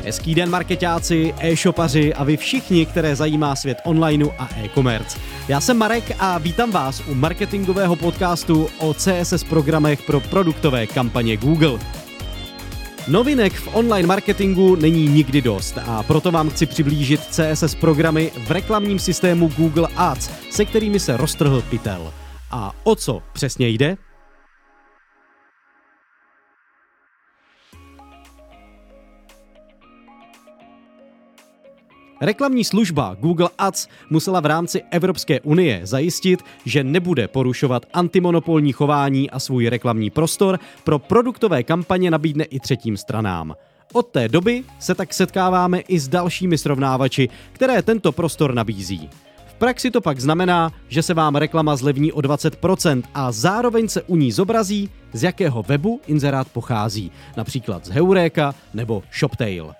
Hezký den marketáci, e-shopaři a vy všichni, které zajímá svět onlineu a e-commerce. Já jsem Marek a vítám vás u marketingového podcastu o CSS programech pro produktové kampaně Google. Novinek v online marketingu není nikdy dost a proto vám chci přiblížit CSS programy v reklamním systému Google Ads, se kterými se roztrhl pytel. A o co přesně jde? Reklamní služba Google Ads musela v rámci Evropské unie zajistit, že nebude porušovat antimonopolní chování a svůj reklamní prostor pro produktové kampaně nabídne i třetím stranám. Od té doby se tak setkáváme i s dalšími srovnávači, které tento prostor nabízí. V praxi to pak znamená, že se vám reklama zlevní o 20% a zároveň se u ní zobrazí, z jakého webu inzerát pochází, například z Heureka nebo Shoptail.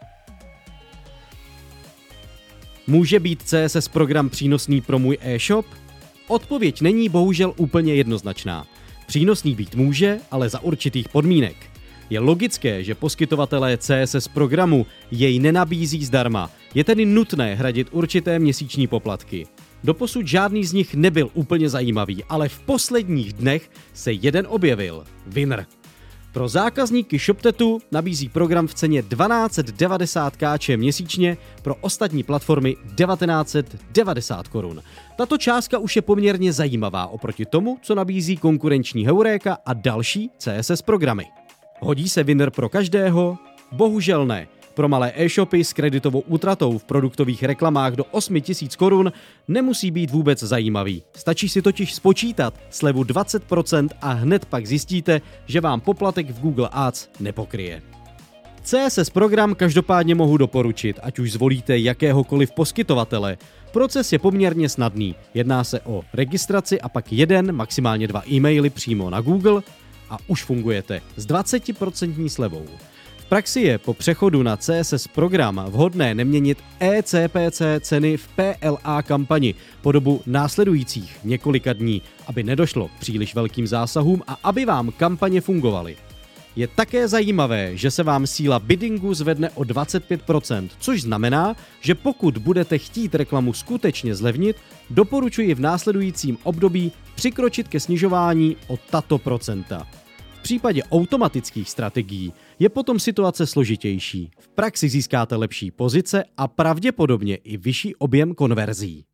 Může být CSS program přínosný pro můj e-shop? Odpověď není bohužel úplně jednoznačná. Přínosný být může, ale za určitých podmínek. Je logické, že poskytovatelé CSS programu jej nenabízí zdarma, je tedy nutné hradit určité měsíční poplatky. Doposud žádný z nich nebyl úplně zajímavý, ale v posledních dnech se jeden objevil – Winner. Pro zákazníky ShopTetu nabízí program v ceně 1290 Kč měsíčně, pro ostatní platformy 1990 korun. Tato částka už je poměrně zajímavá oproti tomu, co nabízí konkurenční Heureka a další CSS programy. Hodí se Winner pro každého? Bohužel ne. Pro malé e-shopy s kreditovou útratou v produktových reklamách do 8000 korun nemusí být vůbec zajímavý. Stačí si totiž spočítat slevu 20% a hned pak zjistíte, že vám poplatek v Google Ads nepokryje. CSS program každopádně mohu doporučit, ať už zvolíte jakéhokoliv poskytovatele. Proces je poměrně snadný. Jedná se o registraci a pak jeden, maximálně 2 e-maily přímo na Google a už fungujete s 20% slevou. V praxi je po přechodu na CSS program vhodné neměnit eCPC ceny v PLA kampani po dobu následujících několika dní, aby nedošlo k příliš velkým zásahům a aby vám kampaně fungovaly. Je také zajímavé, že se vám síla biddingu zvedne o 25%, což znamená, že pokud budete chtít reklamu skutečně zlevnit, doporučuji v následujícím období přikročit ke snižování o tato procenta. V případě automatických strategií je potom situace složitější. V praxi získáte lepší pozice a pravděpodobně i vyšší objem konverzí.